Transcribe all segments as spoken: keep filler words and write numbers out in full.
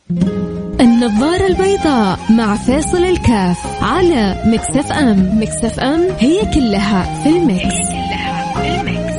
النظارة البيضاء مع فاصل الكاف على ميكس اف ام. ميكس اف ام هي كلها في الميكس, هي كلها في الميكس.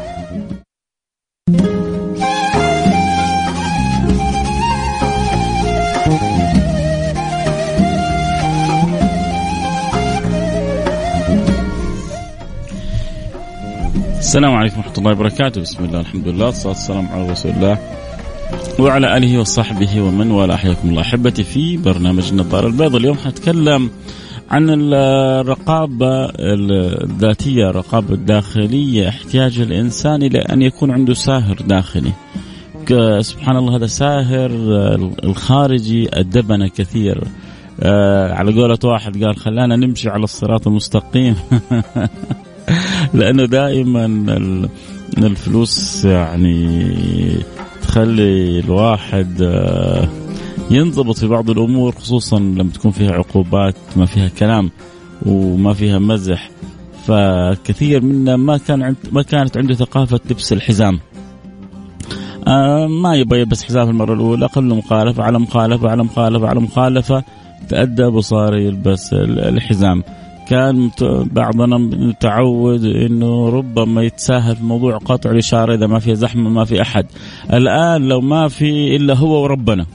السلام عليكم ورحمة الله وبركاته. بسم الله الحمد لله والصلاة والسلام على رسول الله وعلى آله وصحبه ومن والاه. حياكم الله أحبتي في برنامج النظارة البيضاء. اليوم حنتكلم عن الرقابة الذاتية، الرقابة الداخلية، احتياج الإنسان إلى أن يكون عنده ساهر داخلي. سبحان الله، هذا ساهر الخارجي أدبنا كثير. آه على قولة واحد قال خلانا نمشي على الصراط المستقيم لأنه دائما الفلوس يعني تخلي الواحد ينضبط في بعض الأمور، خصوصا لما تكون فيها عقوبات ما فيها كلام وما فيها مزح. فكثير منا ما كان عند ما كانت عنده ثقافة لبس الحزام. آه ما يبغى يلبس حزام في المرة الأولى، قبل مخالفة على مخالفة على مخالفة على مخالفة تأدب وصار يلبس الحزام. كان بعضنا متعود إنه ربما يتساهل في موضوع قطع الإشارة إذا ما في زحمة ما في أحد. الآن لو ما في إلا هو وربنا،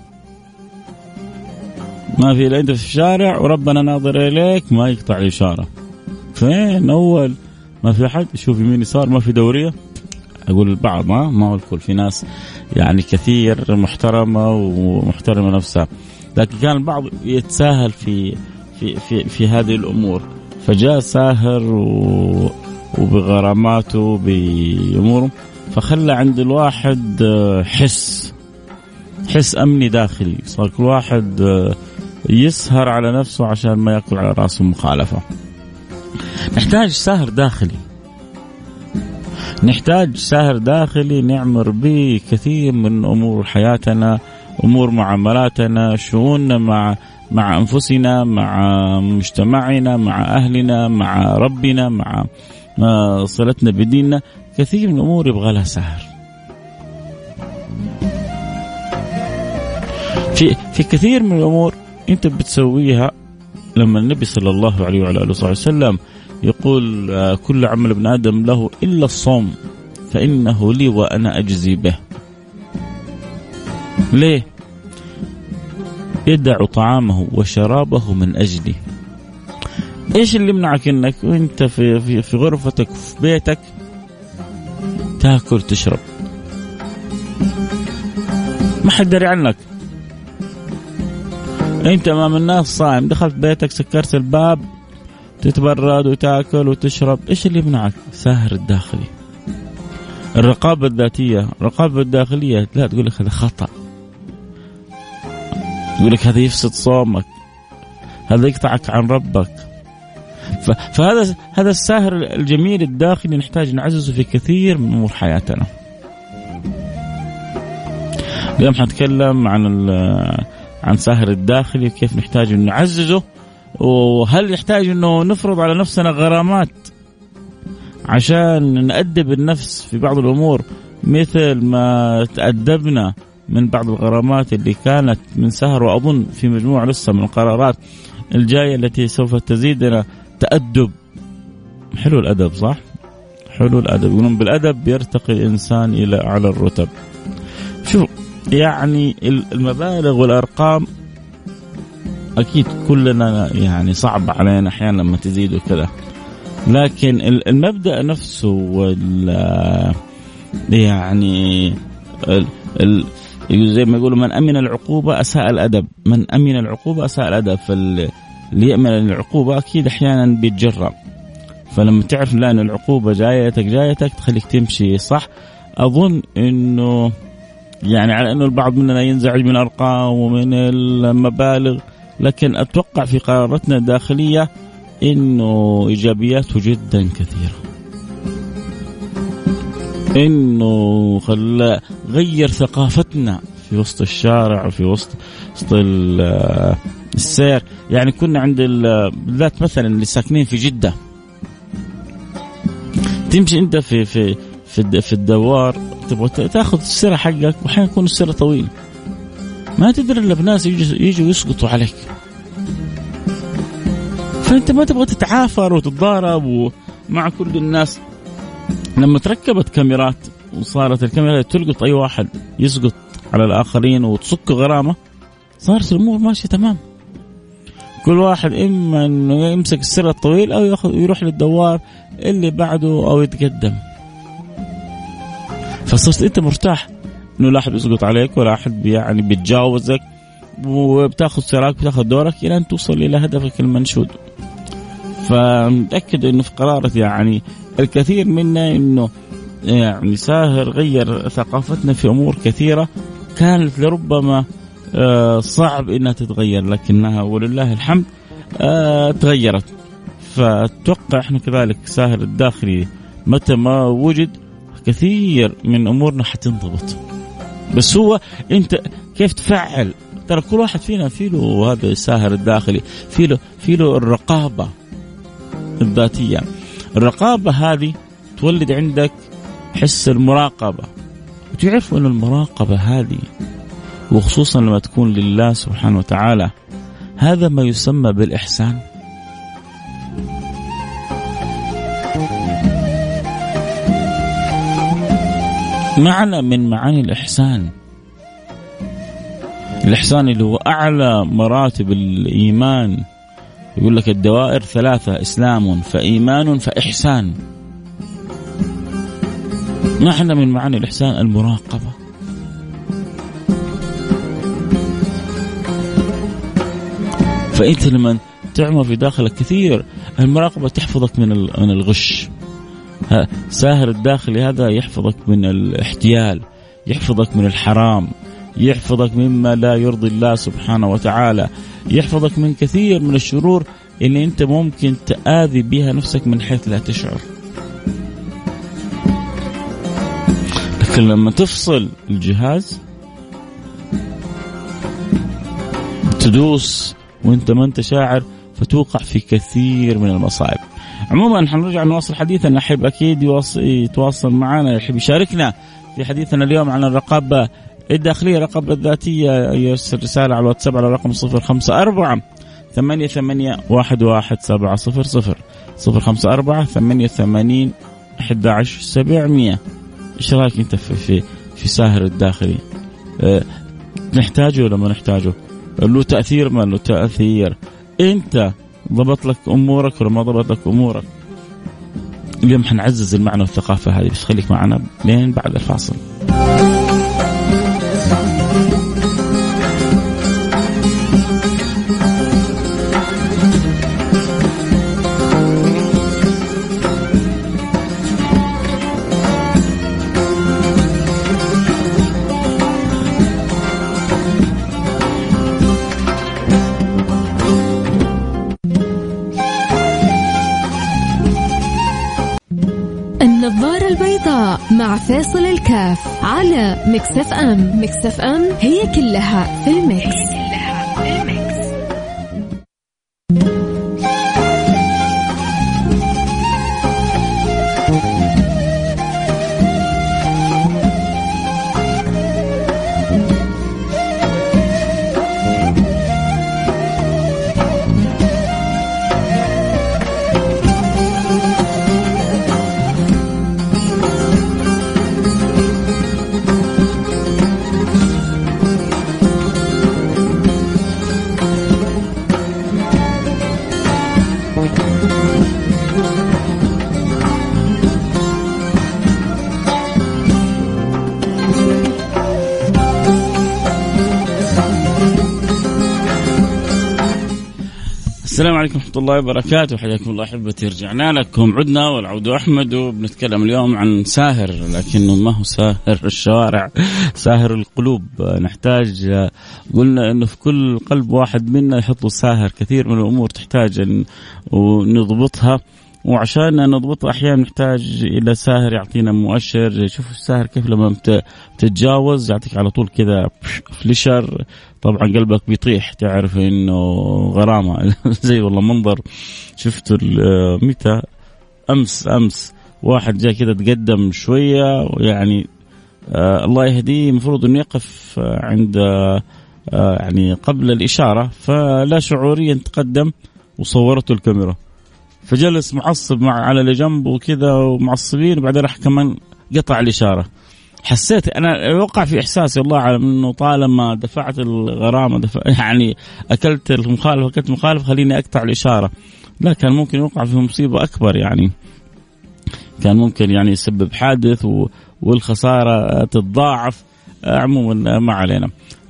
ما في إلا أنت في الشارع وربنا ناظر إليك، ما يقطع الإشارة. فين أول ما في أحد يشوف يمين يسار، ما في دورية. أقول البعض، ما ما هو الكل، في ناس يعني كثير محترمة ومحترمة نفسها، لكن كان البعض يتساهل في في في في هذه الأمور. فجاء ساهر وبغراماته بأموره، فخلى عند الواحد حس حس أمني داخلي. صار كل واحد يسهر على نفسه عشان ما يأكل على رأسه مخالفة. نحتاج ساهر داخلي، نحتاج ساهر داخلي نعمر به كثير من أمور حياتنا، أمور معاملاتنا، شؤوننا مع مع أنفسنا، مع مجتمعنا، مع أهلنا، مع ربنا، مع صلتنا بديننا. كثير من الأمور يبغى لها سهر. في في كثير من الأمور أنت بتسويها. لما النبي صلى الله عليه وعلى آله وسلم يقول كل عمل ابن آدم له إلا الصوم فإنه لي وأنا أجزي به. ليه؟ يدع طعامه وشرابه من أجلي. إيش اللي منعك إنك وإنت في في في غرفتك في بيتك تأكل تشرب؟ ما حد دري عنك، أنت أمام الناس صائم، دخلت بيتك سكرت الباب تتبرد وتأكل وتشرب. إيش اللي منعك؟ ساهر الداخلي، الرقابة الذاتية، الرقابة الداخلية. لا تقول لك هذا خطأ، يقول لك هذا يفسد صومك، هذا يقطعك عن ربك. فهذا هذا الساهر الجميل الداخلي نحتاج نعززه في كثير من أمور حياتنا. اليوم حنتكلم عن عن ساهر الداخلي وكيف نحتاج أن نعززه، وهل يحتاج أنه نفرض على نفسنا غرامات عشان نأدب النفس في بعض الأمور، مثل ما تأدبنا من بعض الغرامات اللي كانت من سهر. وأظن في مجموعة لسه من القرارات الجاية التي سوف تزيدنا تأدب. حلو الأدب، صح؟ حلو الأدب. يقولون بالأدب يرتقي الإنسان إلى أعلى الرتب. شو يعني المبالغ والأرقام أكيد كلنا يعني صعب علينا أحيانا لما تزيد وكذا، لكن المبدأ نفسه وال يعني ال ال زي ما يقولوا من أمن العقوبة أساء الأدب، من أمن العقوبة أساء الأدب. فاللي يأمن العقوبة أكيد أحيانا بيتجرأ. فلما تعرف لا أن العقوبة جايتك جايتك تخليك تمشي صح. أظن إنه يعني على إنه البعض مننا ينزعج من الأرقام ومن المبالغ، لكن أتوقع في قراراتنا الداخلية إنه إيجابياته جدا كثيرة. إنه خلى غير ثقافتنا في وسط الشارع وفي وسط وسط السير. يعني كنا عند بالذات مثلا اللي ساكنين في جدة، تمشي أنت في في في في الدوار تبغى تأخذ السير حقك، وحين يكون السير طويل ما تدري إلا بناس يجوا يسقطوا عليك، فأنت ما تبغى تتعافر وتتضارب مع كل الناس. لما تركبت كاميرات وصارت الكاميرا تلقط أي واحد يسقط على الآخرين وتسك غرامة، صارت الأمور ماشية تمام. كل واحد إما إنه يمسك السر الطويل أو ياخذ يروح للدوار اللي بعده أو يتقدم. فصرت أنت مرتاح إنه لا أحد يسقط عليك ولا أحد يعني بيتجاوزك، وبتاخذ سراك بتاخذ دورك إلى أن توصل إلى هدفك المنشود. فمتأكد إنه في قرارة يعني الكثير منا إنه يعني ساهر غير ثقافتنا في أمور كثيرة كانت لربما صعب إنها تتغير، لكنها ولله الحمد تغيرت. فأتوقع إحنا كذلك ساهر الداخلي متى ما وجد كثير من أمورنا حتنضبط، بس هو أنت كيف تفعل. ترى كل واحد فينا فيه له هذا الساهر الداخلي، فيه له فيه له الرقابة الذاتية. الرقابة هذه تولد عندك حس المراقبة، وتعرف أن المراقبة هذه وخصوصا لما تكون لله سبحانه وتعالى هذا ما يسمى بالإحسان. معنى من معاني الإحسان، الإحسان اللي هو أعلى مراتب الإيمان. يقول لك الدوائر ثلاثة: إسلام فإيمان فإحسان. معنى من معاني الإحسان المراقبة. فأنت لما تعمل في داخلك كثير المراقبة تحفظك من من الغش. ساهر الداخلي هذا يحفظك من الاحتيال، يحفظك من الحرام، يحفظك مما لا يرضي الله سبحانه وتعالى، يحفظك من كثير من الشرور اللي أنت ممكن تآذي بها نفسك من حيث لا تشعر. لكن لما تفصل الجهاز تدوس وانت ما انت شاعر فتوقع في كثير من المصائب. عموما حنرجع نواصل حديثنا. أحب أكيد يتواصل معنا، يحب يشاركنا في حديثنا اليوم عن الرقابة الداخلية، الرقابة الذاتية. يرسل رسالة على الواتساب على رقم صفر خمسة أربعة ثمانية ثمانية واحد واحد سبعة صفر صفر صفر خمسة أربعة ثمانية ثمانين أحد عشر سبعمية. إيش رأيك أنت في في في ساهر الداخلي؟ أه نحتاجه ولا ما نحتاجه؟ له تأثير ما له تأثير؟ أنت ضبط لك أمورك ولا ما ضبط لك أمورك؟ اليوم حنعزز المعنى والثقافة هذه، بس خليك معنا لين بعد الفاصل. النظارة البيضاء مع فاصل الكاف على مكسف أم. مكسف أم هي كلها في المكس. السلام عليكم ورحمة الله وبركاته، حياكم الله أحبتي. رجعنا لكم، عدنا والعود أحمد، وبنتكلم اليوم عن ساهر، لكنه ما هو ساهر الشوارع، ساهر القلوب. نحتاج، قلنا أنه في كل قلب واحد منا يحطوا ساهر. كثير من الأمور تحتاج أن نضبطها، وعشان نضبطها أحيانا نحتاج إلى ساهر يعطينا مؤشر. شوف الساهر كيف لما تتجاوز يعطيك على طول كذا فليشر، طبعا قلبك بيطيح، تعرف إنه غرامة. زي والله منظر شفته متى أمس أمس واحد جاء كذا تقدم شوية، يعني آه الله يهديه، مفروض إنه يقف عند يعني قبل الإشارة، فلا شعوريا تقدم وصورته الكاميرا، فجلس معصب مع على اللي جنبه وكذا ومعصبين، وبعدين راح كمان قطع الإشارة. حسيت أنا وقع في إحساسي الله أعلم إنه طالما دفعت الغرامة دفع يعني أكلت المخالفة أكلت المخالفة خليني أقطع الإشارة. لا، كان ممكن يوقع في مصيبة أكبر، يعني كان ممكن يعني يسبب حادث والخسارة تتضاعف. عموما ما علينا.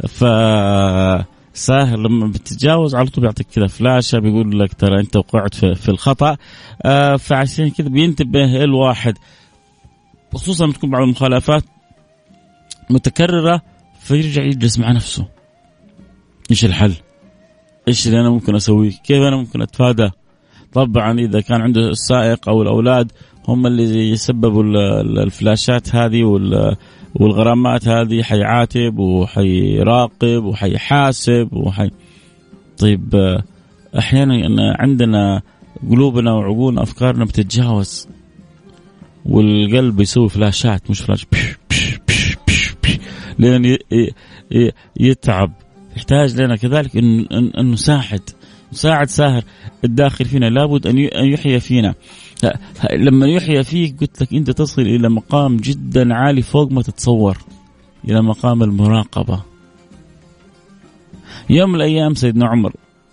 فساهر لما بتتجاوز على طول بيعطيك كذا فلاشة بيقول لك ترى أنت وقعت في الخطأ. فعشان كذا بينتبه الواحد، خصوصا لما تكون بعض المخالفات متكررة، فيرجع يجلس مع نفسه، إيش الحل؟ إيش اللي أنا ممكن أسويه؟ كيف أنا ممكن أتفادى؟ طبعا إذا كان عنده السائق أو الأولاد هم اللي يسببوا الفلاشات هذه والغرامات هذه، حيعاتب وحيراقب وحيحاسب وحي... طيب أحيانا عندنا قلوبنا وعقولنا أفكارنا بتتجاوز، والقلب يسوي فلاشات مش فلاش بش بش بش بش بش لأن يتعب. يحتاج لنا كذلك إن إن نساعد نساعد ساهر الداخل فينا، لابد أن يحيى فينا. لما يحيى فيك قلت لك أنت تصل إلى مقام جدا عالي فوق ما تتصور، إلى مقام المراقبة. يوم من الأيام سيدنا عمر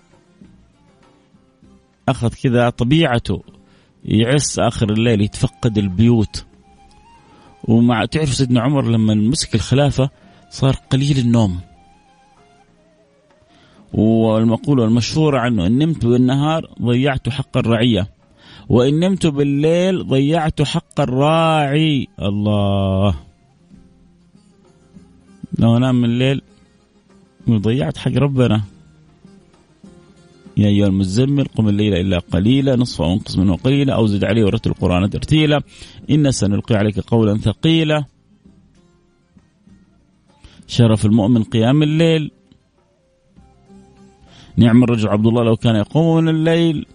أخذ كذا طبيعته يعس آخر الليل، يتفقد البيوت. ومع تعرف سيدنا عمر لما مسك الخلافة صار قليل النوم، والمقولة المشهورة عنه إن نمت بالنهار ضيعت حق الرعية، وإن نمت بالليل ضيعت حق الراعي. الله، لو نام من الليل ضيعت حق ربنا. يا أيها المزمل قم الليل إلا قليلا نصفه أو انقص منه قليلا أو زد عليه ورتل القرآن ترتيلا إن سنلقي عليك قولا ثقيلا. شرف المؤمن قيام الليل. نعم الرجل عبد الله لو كان يقوم من الليل.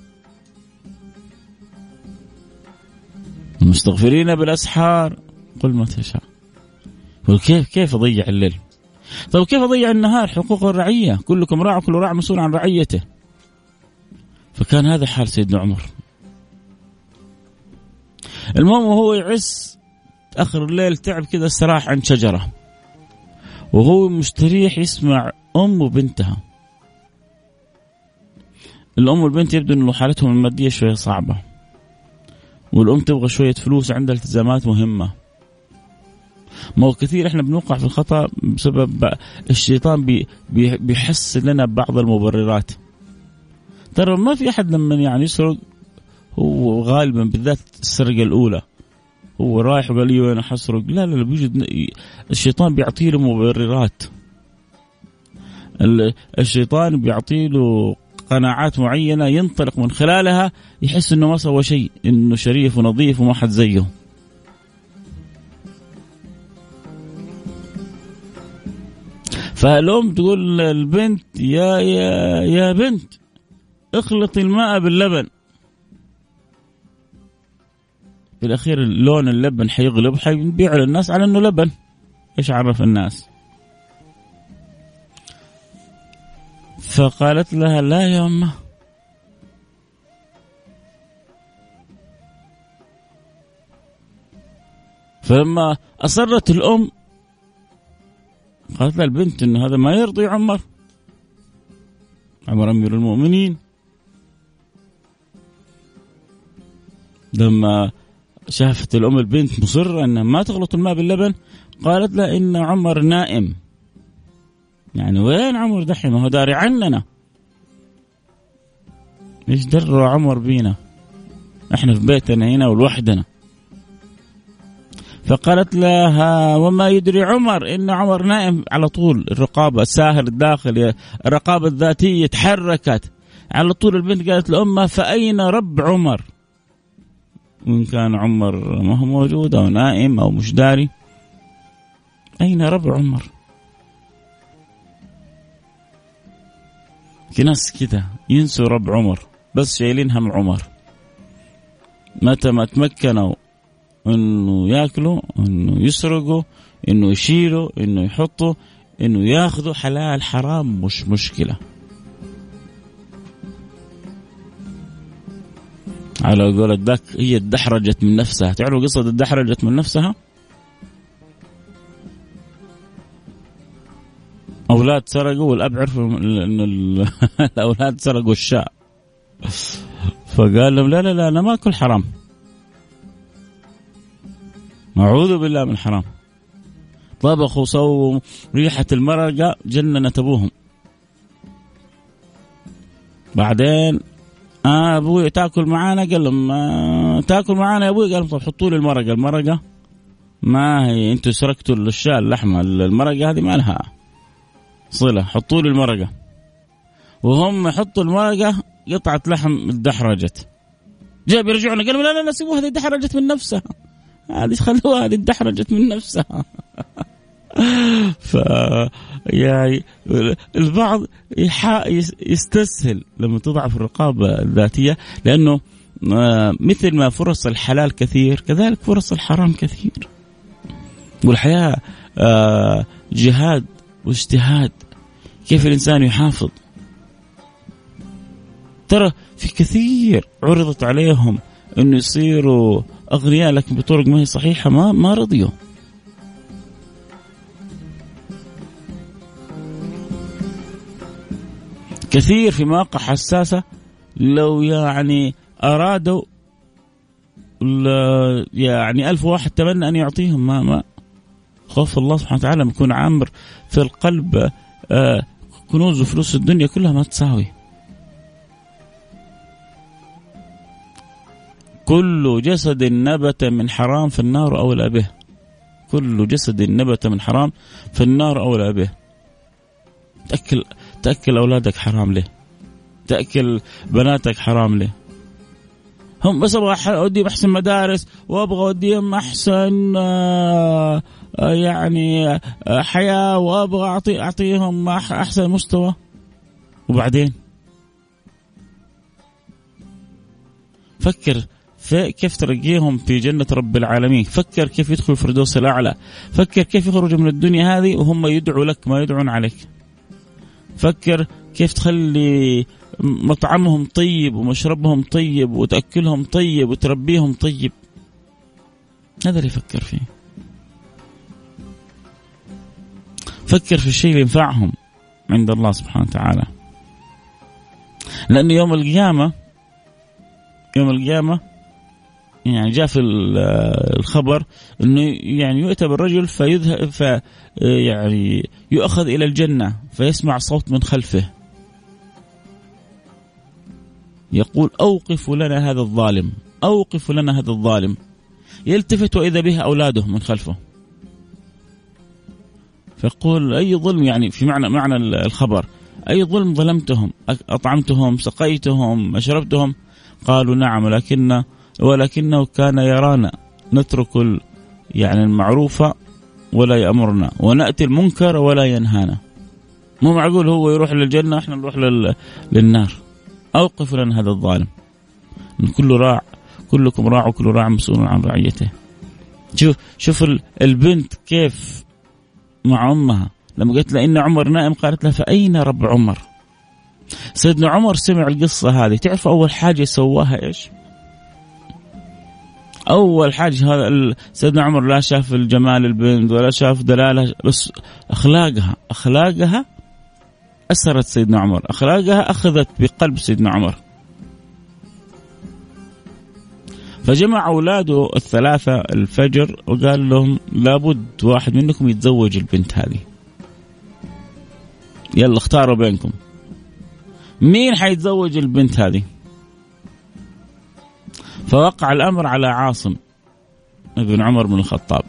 المستغفرين بالأسحار. قل ما تشاء. وكيف كيف أضيع الليل؟ طيب كيف أضيع النهار؟ حقوق الرعية، كلكم راع وكل راع مسؤول عن رعيته. فكان هذا حال سيدنا عمر. المهم وهو يعس آخر الليل تعب كذا، استراح عند شجرة وهو مستريح يسمع أم وبنتها. الأم والبنت يبدو أنه حالتهم المادية شوية صعبة، والأم تبغى شوية فلوس، عندها التزامات مهمة. ما هو كثير إحنا بنوقع في الخطأ بسبب الشيطان بي بي بيحسن لنا بعض المبررات. ترى ما في أحد لما يعني يسرق، هو غالبا بالذات السرقة الأولى هو رايح وقال لي أنا حسرق، لا لا لا بيوجد الشيطان بيعطي له مبررات. الشيطان بيعطي له قناعات معينة ينطلق من خلالها، يحس إنه ما سوى شيء، إنه شريف ونظيف وما حد زيه. فالأم تقول البنت يا يا يا بنت اخلط الماء باللبن. في الأخير لون اللبن حيغلب، حيبيع للناس على إنه لبن. إيش عرف الناس؟ فقالت لها لا يا أمه. فلما أصرت الأم قالت لها البنت إن هذا ما يرضي عمر، عمر أمير المؤمنين. لما شافت الأم البنت مصرة أنها ما تغلط الماء باللبن قالت لها إن عمر نائم. يعني وين عمر دحين؟ ما هو داري عننا، إيش دروا عمر بينا؟ إحنا في بيتنا هنا ولوحدنا. فقالت لها وما يدري عمر إن عمر نائم. على طول الرقابة الساهر الداخلي الرقابة الذاتية تحركت على طول. البنت قالت لأمها فأين رب عمر؟ وإن كان عمر ما هو موجود أو نائم أو مش داري، أين رب عمر؟ في ناس كده ينسوا رب عمر، بس شايلين هم عمر. متى ما تمكنوا إنه يأكلوا، إنه يسرقوا، إنه يشيلوا، إنه يحطوا، إنه ياخذوا حلال حرام مش مشكلة. على قولة ذاك هي ادحرجت من نفسها. تعرفوا قصة ادحرجت من نفسها؟ أولاد سرقوا والأب عرفوا إنه الأولاد سرقوا الشاء، فقال لهم لا لا لا أنا ما أكل حرام، أعوذ بالله من الحرام. طبخوا صووا ريحة المرقة جننت أبوهم. بعدين آه أبوي تأكل معانا، قال لهم آه تأكل معانا يا أبوي، قال لهم طب حطوا لي المرقة. المرقة ما هي أنتوا سرقتوا الشاء اللحمة، المرقة هذه ما لها صلة، حطوا لي المرقة. وهم يحطوا المرقة قطعة لحم ادحرجت. جاء بيرجعون قالوا لا لا لا سيبوها، هذه ادحرجت من نفسها، هذه خلوها، هذه ادحرجت من نفسها. ف يعني البعض يستسهل لما تضعف الرقابة الذاتية، لأنه مثل ما فرص الحلال كثير كذلك فرص الحرام كثير، والحياة جهاد واجتهاد. كيف الإنسان يحافظ؟ ترى في كثير عرضت عليهم إنه يصيروا أغنياء لكن بطرق ما هي صحيحة، ما ما رضيوا. كثير في مواقع حساسة لو يعني أرادوا يعني ألف واحد تمنى أن يعطيهم، ما ما خوف الله سبحانه وتعالى يكون عامر في القلب. آه كنوز وفلوس الدنيا كلها ما تساوي. كل جسد نبت من حرام فالنار أولى به. كل جسد نبت من حرام فالنار أولى به. تأكل تأكل أولادك حرام ليه؟ تأكل بناتك حرام ليه؟ هم بس أبغى أوديهم أحسن مدارس، وأبغى أوديهم أحسن آه يعني آه حياة، وأبغى أعطي أعطيهم أحسن مستوى. وبعدين فكر في كيف ترقيهم في جنة رب العالمين. فكر كيف يدخل الفردوس الأعلى. فكر كيف يخرجوا من الدنيا هذه وهم يدعوا لك ما يدعون عليك. فكر كيف تخلي مطعمهم طيب ومشربهم طيب وتأكلهم طيب وتربيهم طيب. هذا اللي يفكر فيه. فكر في الشيء اللي ينفعهم عند الله سبحانه وتعالى، لأن يوم القيامة يوم القيامة يعني جاء في الخبر إنه يعني يؤتى بالرجل فيذهب في يعني يؤخذ إلى الجنة فيسمع صوت من خلفه يقول أوقف لنا هذا الظالم، أوقف لنا هذا الظالم. يلتفت وإذا به أولاده من خلفه، فيقول أي ظلم، يعني في معنى معنى الخبر أي ظلم ظلمتهم؟ أطعمتهم، سقيتهم، أشربتهم؟ قالوا نعم، ولكن ولكنه كان يرانا نترك يعني المعروف ولا يأمرنا ونأتي المنكر ولا ينهانا. مو معقول هو يروح للجنة احنا نروح للنار. أوقف لنا هذا الظالم. كل راع كلكم راع وكل راع مسؤول عن رعيته. شوف شوف البنت كيف مع أمها لما قلت لها إن عمر نائم قالت لها فأين رب عمر؟ سيدنا عمر سمع القصة هذه، تعرف أول حاجة سواها إيش؟ أول حاجة هذا سيدنا عمر لا شاف الجمال البنت ولا شاف دلالة، بس أخلاقها أخلاقها أثرت سيدنا عمر، أخلاقها أخذت بقلب سيدنا عمر. فجمع أولاده الثلاثة الفجر وقال لهم لابد واحد منكم يتزوج البنت هذه، يلا اختاروا بينكم مين حيتزوج البنت هذه. فوقع الأمر على عاصم ابن عمر بن الخطاب.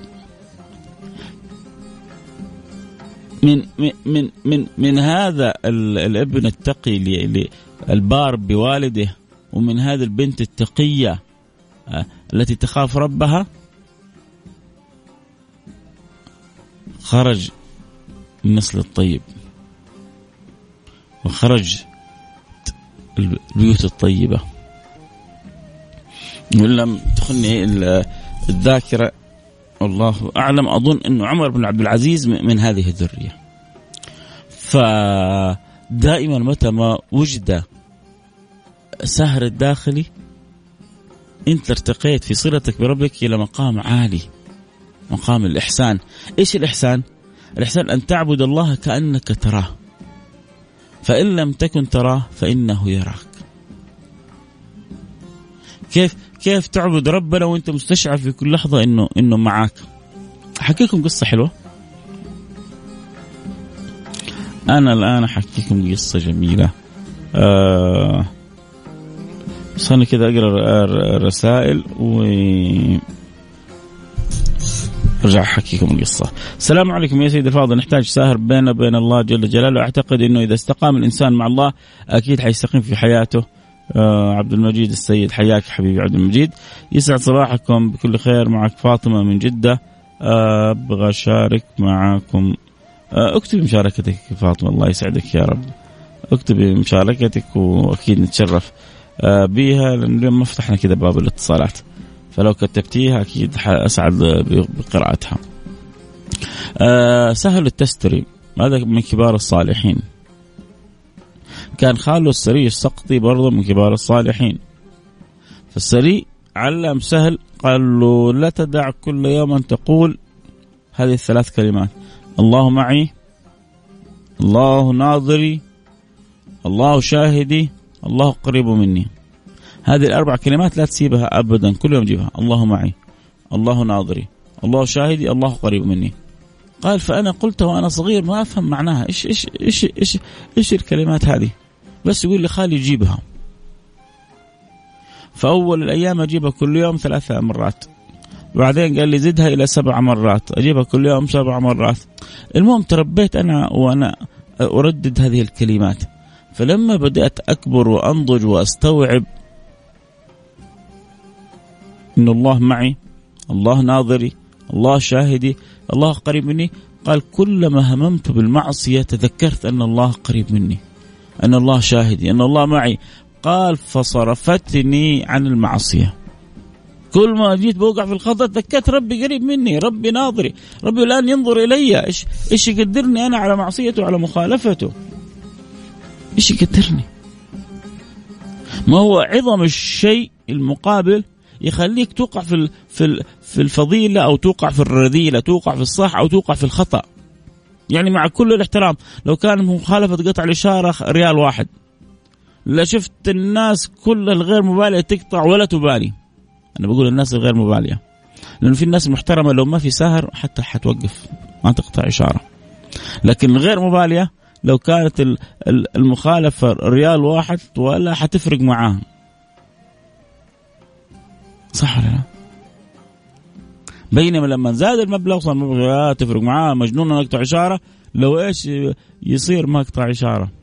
من من من من هذا الابن التقي البار بوالده، ومن هذه البنت التقية التي تخاف ربها، خرج النسل الطيب وخرج البيوت الطيبة. ولم تخني الذاكرة الله أعلم، أظن أنه عمر بن عبد العزيز من هذه الذرية. فدائما متى ما وجد سهر الداخلي أنت ارتقيت في صلتك بربك إلى مقام عالي، مقام الإحسان. إيش الإحسان؟ الإحسان أن تعبد الله كأنك تراه، فإن لم تكن تراه فإنه يراك. كيف كيف تعبد ربنا وأنت مستشعر في كل لحظة إنه إنه معك؟ أحكيكم قصة حلوة. أنا الآن أحكيكم قصة جميلة. آه بس أنا كذا أقرأ الرسائل و أرجع أحكيكم القصة. السلام عليكم يا سيد الفاضل، نحتاج ساهر بيننا وبين الله جل جلاله. أعتقد أنه إذا استقام الإنسان مع الله أكيد حيستقيم في حياته. آه عبد المجيد السيد، حياك حبيبي عبد المجيد، يسعد صباحكم بكل خير. معك فاطمة من جدة، آه أبغى أشارك معكم. آه اكتبي مشاركتك فاطمة، الله يسعدك يا رب. اكتبي مشاركتك وأكيد نتشرف آه بيها، لأن اليوم ما فتحنا كذا باب الاتصالات، فلو كتبتيها أكيد أسعد بقراءتها. أه سهل التستري، هذا من كبار الصالحين، كان خاله السري السقطي برضه من كبار الصالحين. فالسري علم سهل قال له لا تدع كل يوم أن تقول هذه الثلاث كلمات: الله معي، الله ناظري، الله شاهدي، الله قريب مني. هذه الأربع كلمات لا تسيبها أبدا، كل يوم جيبها: الله معي، الله ناظري، الله شاهدي، الله قريب مني. قال فأنا قلت وأنا صغير ما أفهم معناها، إيش إيش إيش إيش إيش الكلمات هذه، بس يقول لي خالي جيبها. فأول الأيام أجيبها كل يوم ثلاثة مرات، بعدين قال لي زدها إلى سبع مرات، أجيبها كل يوم سبع مرات. المهم تربيت أنا وأنا أردد هذه الكلمات. فلما بدأت أكبر وأنضج وأستوعب إن الله معي، الله ناظري، الله شاهدي، الله قريب مني، قال كلما هممت بالمعصية تذكرت أن الله قريب مني، أن الله شاهدي، أن الله معي. قال فصرفتني عن المعصية. كل ما جيت بوقع في الخطأ تذكرت ربي قريب مني، ربي ناظري، ربي الآن ينظر إلي، إيش إيش يقدرني أنا على معصيته وعلى مخالفته، إيش يقدرني. ما هو عظم الشيء المقابل يخليك توقع في في في الفضيلة أو توقع في الرذيلة، توقع في الصح أو توقع في الخطأ. يعني مع كل الاحترام، لو كان مخالفة قطع الإشارة ريال واحد، لا شفت الناس كل الغير مبالية تقطع ولا تبالي. أنا بقول الناس الغير مبالية، لأن في الناس محترمة لو ما في ساهر حتى حتوقف ما تقطع إشارة. لكن الغير مبالية لو كانت المخالفة ريال واحد ولا حتفرق معاه، صح ولا لا؟ بينما لما زاد المبلغ صار المبلغ تفرق معاه، مجنون نقطع إشارة، لو إيش يصير ما قطع إشارة.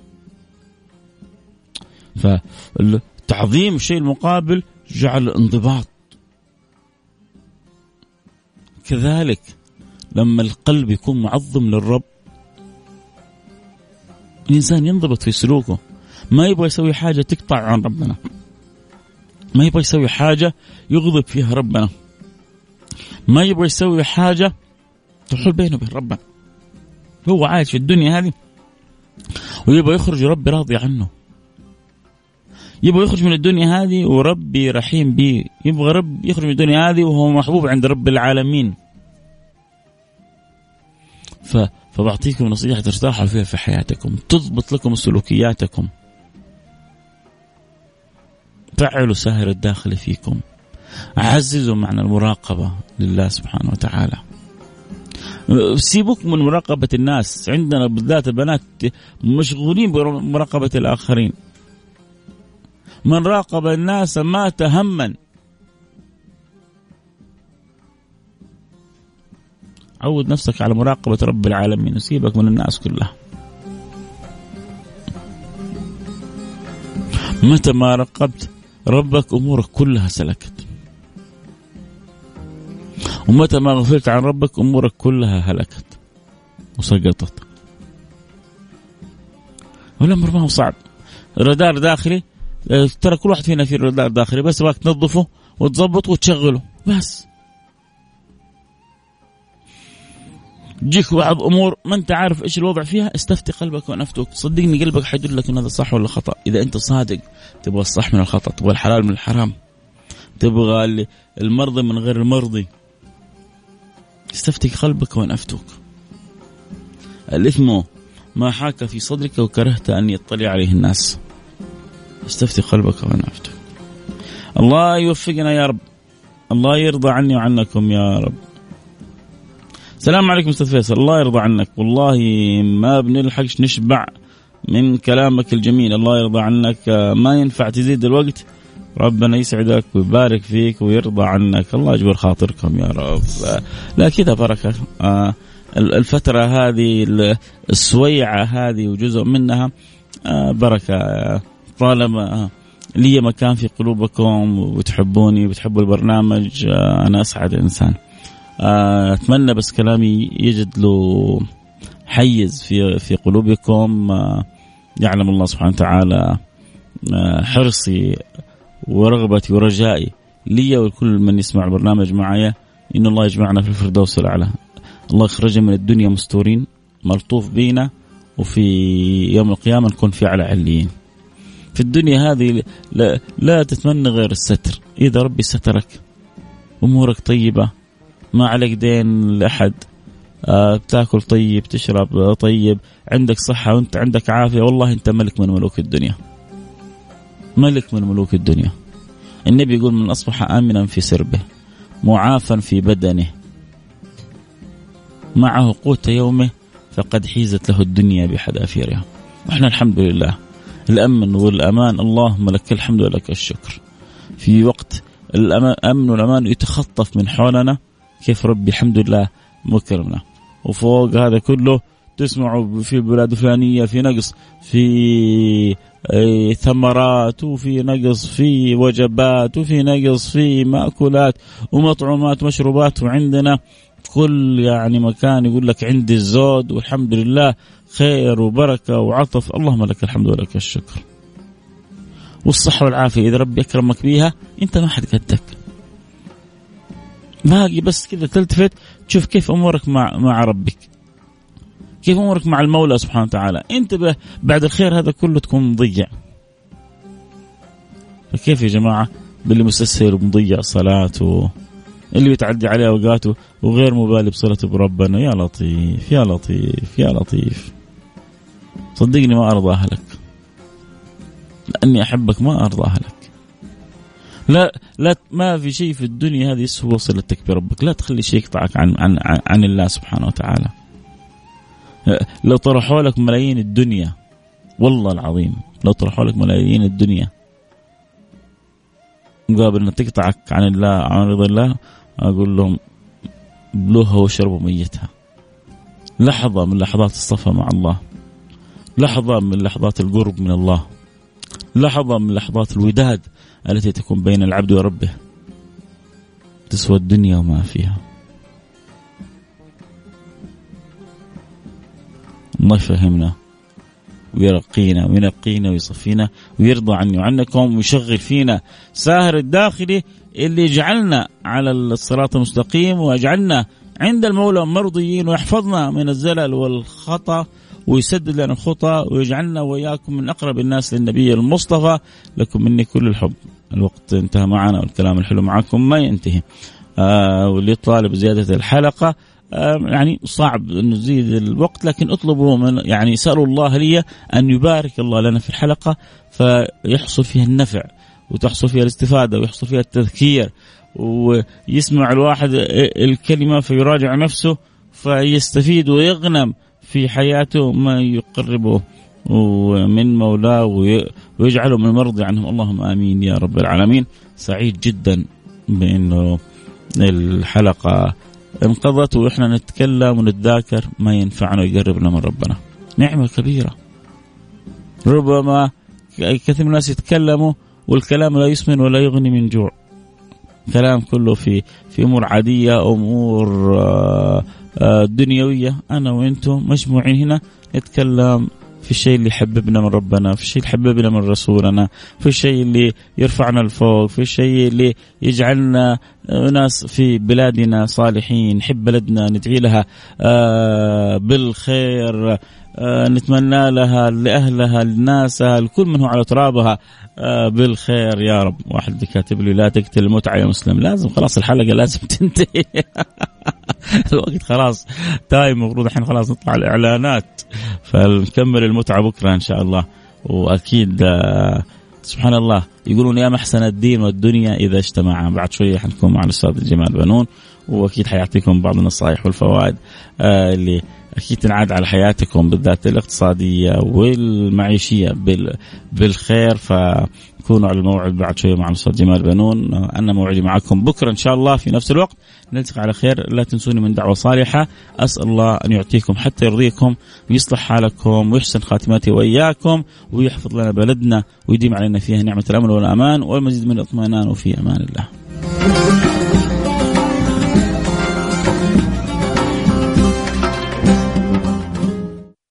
فتعظيم الشيء المقابل جعل انضباط. كذلك لما القلب يكون معظم للرب الإنسان ينضبط في سلوكه، ما يبغى يسوي حاجة تقطع عن ربنا، ما يبغى يسوي حاجة يغضب فيها ربنا، ما يبغى يسوي حاجة تحول بينه وبين ربنا. هو عايش في الدنيا هذه ويبغى يخرج ربي راضي عنه، يبغى يخرج من الدنيا هذه وربي رحيم به، يبغى رب يخرج من الدنيا هذه وهو محبوب عند رب العالمين. ف... فبعطيكم نصيحة ترتاحوا فيها في حياتكم، تضبط لكم سلوكياتكم. فعلوا ساهر الداخل فيكم، عززوا معنى المراقبة لله سبحانه وتعالى. سيبوك من مراقبة الناس، عندنا بالذات البنات مشغولين بمراقبة الآخرين. من راقب الناس مات هما. عود نفسك على مراقبة رب العالمين وسيبك من الناس كلها. متى ما راقبت ربك أمورك كلها سلكت، ومتى ما غفلت عن ربك أمورك كلها هلكت وسقطت. والأمر ما هو صعب. رادار داخلي، ترى كل واحد فينا في رادار داخلي، بس باك تنظفه وتضبطه وتشغله بس. تجيك بعض أمور ما أنت عارف إيش الوضع فيها، استفتي قلبك وأنا أفتوك. صدقني قلبك حيدلك إن هذا صح ولا خطأ. إذا أنت صادق تبغى الصح من الخطأ، تبغى الحلال من الحرام، تبغى المرضي من غير المرضي، استفتي قلبك وأنا أفتوك. الإثم ما حاك في صدرك وكرهت أن يطلع عليه الناس. استفتي قلبك وأنا أفتوك. الله يوفقنا يا رب، الله يرضى عني وعنكم يا رب. السلام عليكم أستاذ فيصل، الله يرضى عنك، والله ما بنلحقش نشبع من كلامك الجميل، الله يرضى عنك، ما ينفع تزيد الوقت. ربنا يسعدك ويبارك فيك ويرضى عنك، الله يجبر خاطركم يا رب. لا كذا بركة الفترة هذه السويعة هذه وجزء منها بركة. طالما لي مكان في قلوبكم وتحبوني وتحبوا البرنامج أنا أسعد إنسان. أتمنى بس كلامي يجد له حيز في في قلوبكم. يعلم الله سبحانه وتعالى حرصي ورغبتي ورجائي لي ولكل من يسمع البرنامج معايا إن الله يجمعنا في الفردوس الأعلى. الله يخرجنا من الدنيا مستورين ملطوف بينا، وفي يوم القيامة نكون في أعلى عليين. في الدنيا هذه لا, لا تتمنى غير الستر. إذا ربي سترك أمورك طيبة، ما عليك دين لأحد، آه بتاكل طيب، تشرب طيب، عندك صحة وانت عندك عافية، والله انت ملك من ملوك الدنيا، ملك من ملوك الدنيا. النبي يقول من أصبح آمنا في سربه معافا في بدنه معه قوت يومه فقد حيزت له الدنيا بحذافيرها. وإحنا الحمد لله الأمن والأمان، اللهم لك الحمد ولك الشكر. في وقت الأمن والأمان يتخطف من حولنا، كيف ربي الحمد لله مكرمنا. وفوق هذا كله تسمعوا في البلاد الفلانية في نقص في ثمرات، وفي نقص في وجبات، وفي نقص في مأكولات ومطعومات ومشروبات، وعندنا كل يعني مكان يقول لك عندي الزود والحمد لله خير وبركة وعطف. اللهم لك الحمد ولك الشكر. والصحة والعافية إذا ربي أكرمك بيها أنت ما حد قدك، باقي بس كذا تلتفت تشوف كيف أمورك مع مع ربك، كيف أمورك مع المولى سبحانه وتعالى. أنت بعد الخير هذا كله تكون مضيع. فكيف يا جماعة باللي مستسهل ومضيع صلاته، اللي بيتعدي عليه أوقاته وغير مبالي بصلته بربنا؟ يا لطيف يا لطيف يا لطيف. صدقني ما أرضاها لك، لأني أحبك ما أرضاها لك. لا لا ما في شيء في الدنيا هذه يسوى صلتك بربك. لا تخلي شيء يقطعك عن عن عن الله سبحانه وتعالى. لو طرحوا لك ملايين الدنيا، والله العظيم لو طرحوا لك ملايين الدنيا مقابل أن تقطعك عن الله عن رضا الله، أقول لهم بلوها وشربوا ميتها. لحظة من لحظات الصفا مع الله، لحظة من لحظات القرب من الله، لحظة من لحظات الوداد التي تكون بين العبد وربه تسوى الدنيا وما فيها. الله يفهمنا ويرقينا وينقينا ويصفينا ويرضى عني وعنكم ويشغل فينا ساهر الداخلي اللي يجعلنا على الصراط المستقيم، ويجعلنا عند المولى مرضيين، ويحفظنا من الزلل والخطأ، ويسدد لنا الخطأ، ويجعلنا وإياكم من أقرب الناس للنبي المصطفى. لكم مني كل الحب. الوقت انتهى معنا والكلام الحلو معكم ما ينتهي. آه واللي طالب زيادة الحلقة آه يعني صعب أن نزيد الوقت، لكن اطلبوا من يعني سألوا الله لي أن يبارك الله لنا في الحلقة فيحصل فيها النفع وتحصل فيها الاستفادة ويحصل فيها التذكير، ويسمع الواحد الكلمة فيراجع نفسه فيستفيد ويغنم في حياته ما يقربه ومن مولاه ويجعله من المرضي عنهم. اللهم آمين يا رب العالمين. سعيد جدا بأنه الحلقة انقضت وإحنا نتكلم ونتذاكر ما ينفعنا ويقربنا من ربنا. نعمة كبيرة. ربما كثير من الناس يتكلموا والكلام لا يسمن ولا يغني من جوع، كلام كله في في أمور عادية، أمور دنيوية. أنا وإنتم مجموعين هنا نتكلم في الشيء اللي يحببنا من ربنا، في الشيء اللي يحببنا من رسولنا، في الشيء اللي يرفعنا لفوق، في الشيء اللي يجعلنا ناس في بلادنا صالحين، نحب بلدنا، ندعي لها بالخير، نتمنى لها لأهلها لناسها لكل من هو على ترابها بالخير يا رب. واحد كاتب لي لا تقتل المتعة يا مسلم. لازم خلاص الحلقة لازم تنتهي. الوقت خلاص تايم، مفروض الحين خلاص نطلع الإعلانات، فنكمل المتعة بكرة إن شاء الله. وأكيد سبحان الله يقولون يا محسن الدين والدنيا إذا اجتمعا. بعد شوية حنكون مع الأستاذ جمال بنون، وأكيد حيعطيكم بعض النصائح والفوائد اللي أكيد تنعاد على حياتكم بالذات الاقتصادية والمعيشية بالخير. فكونوا على الموعد بعد شوية مع الأستاذ جمال بنون. أنا موعدي معكم بكرة إن شاء الله في نفس الوقت، نلتقي على خير. لا تنسوني من دعوة صالحة، أسأل الله أن يعطيكم حتى يرضيكم ويصلح حالكم ويحسن خاتمتي وإياكم ويحفظ لنا بلدنا ويديم علينا فيها نعمة الأمن والأمان والمزيد من الاطمئنان، وفي أمان الله.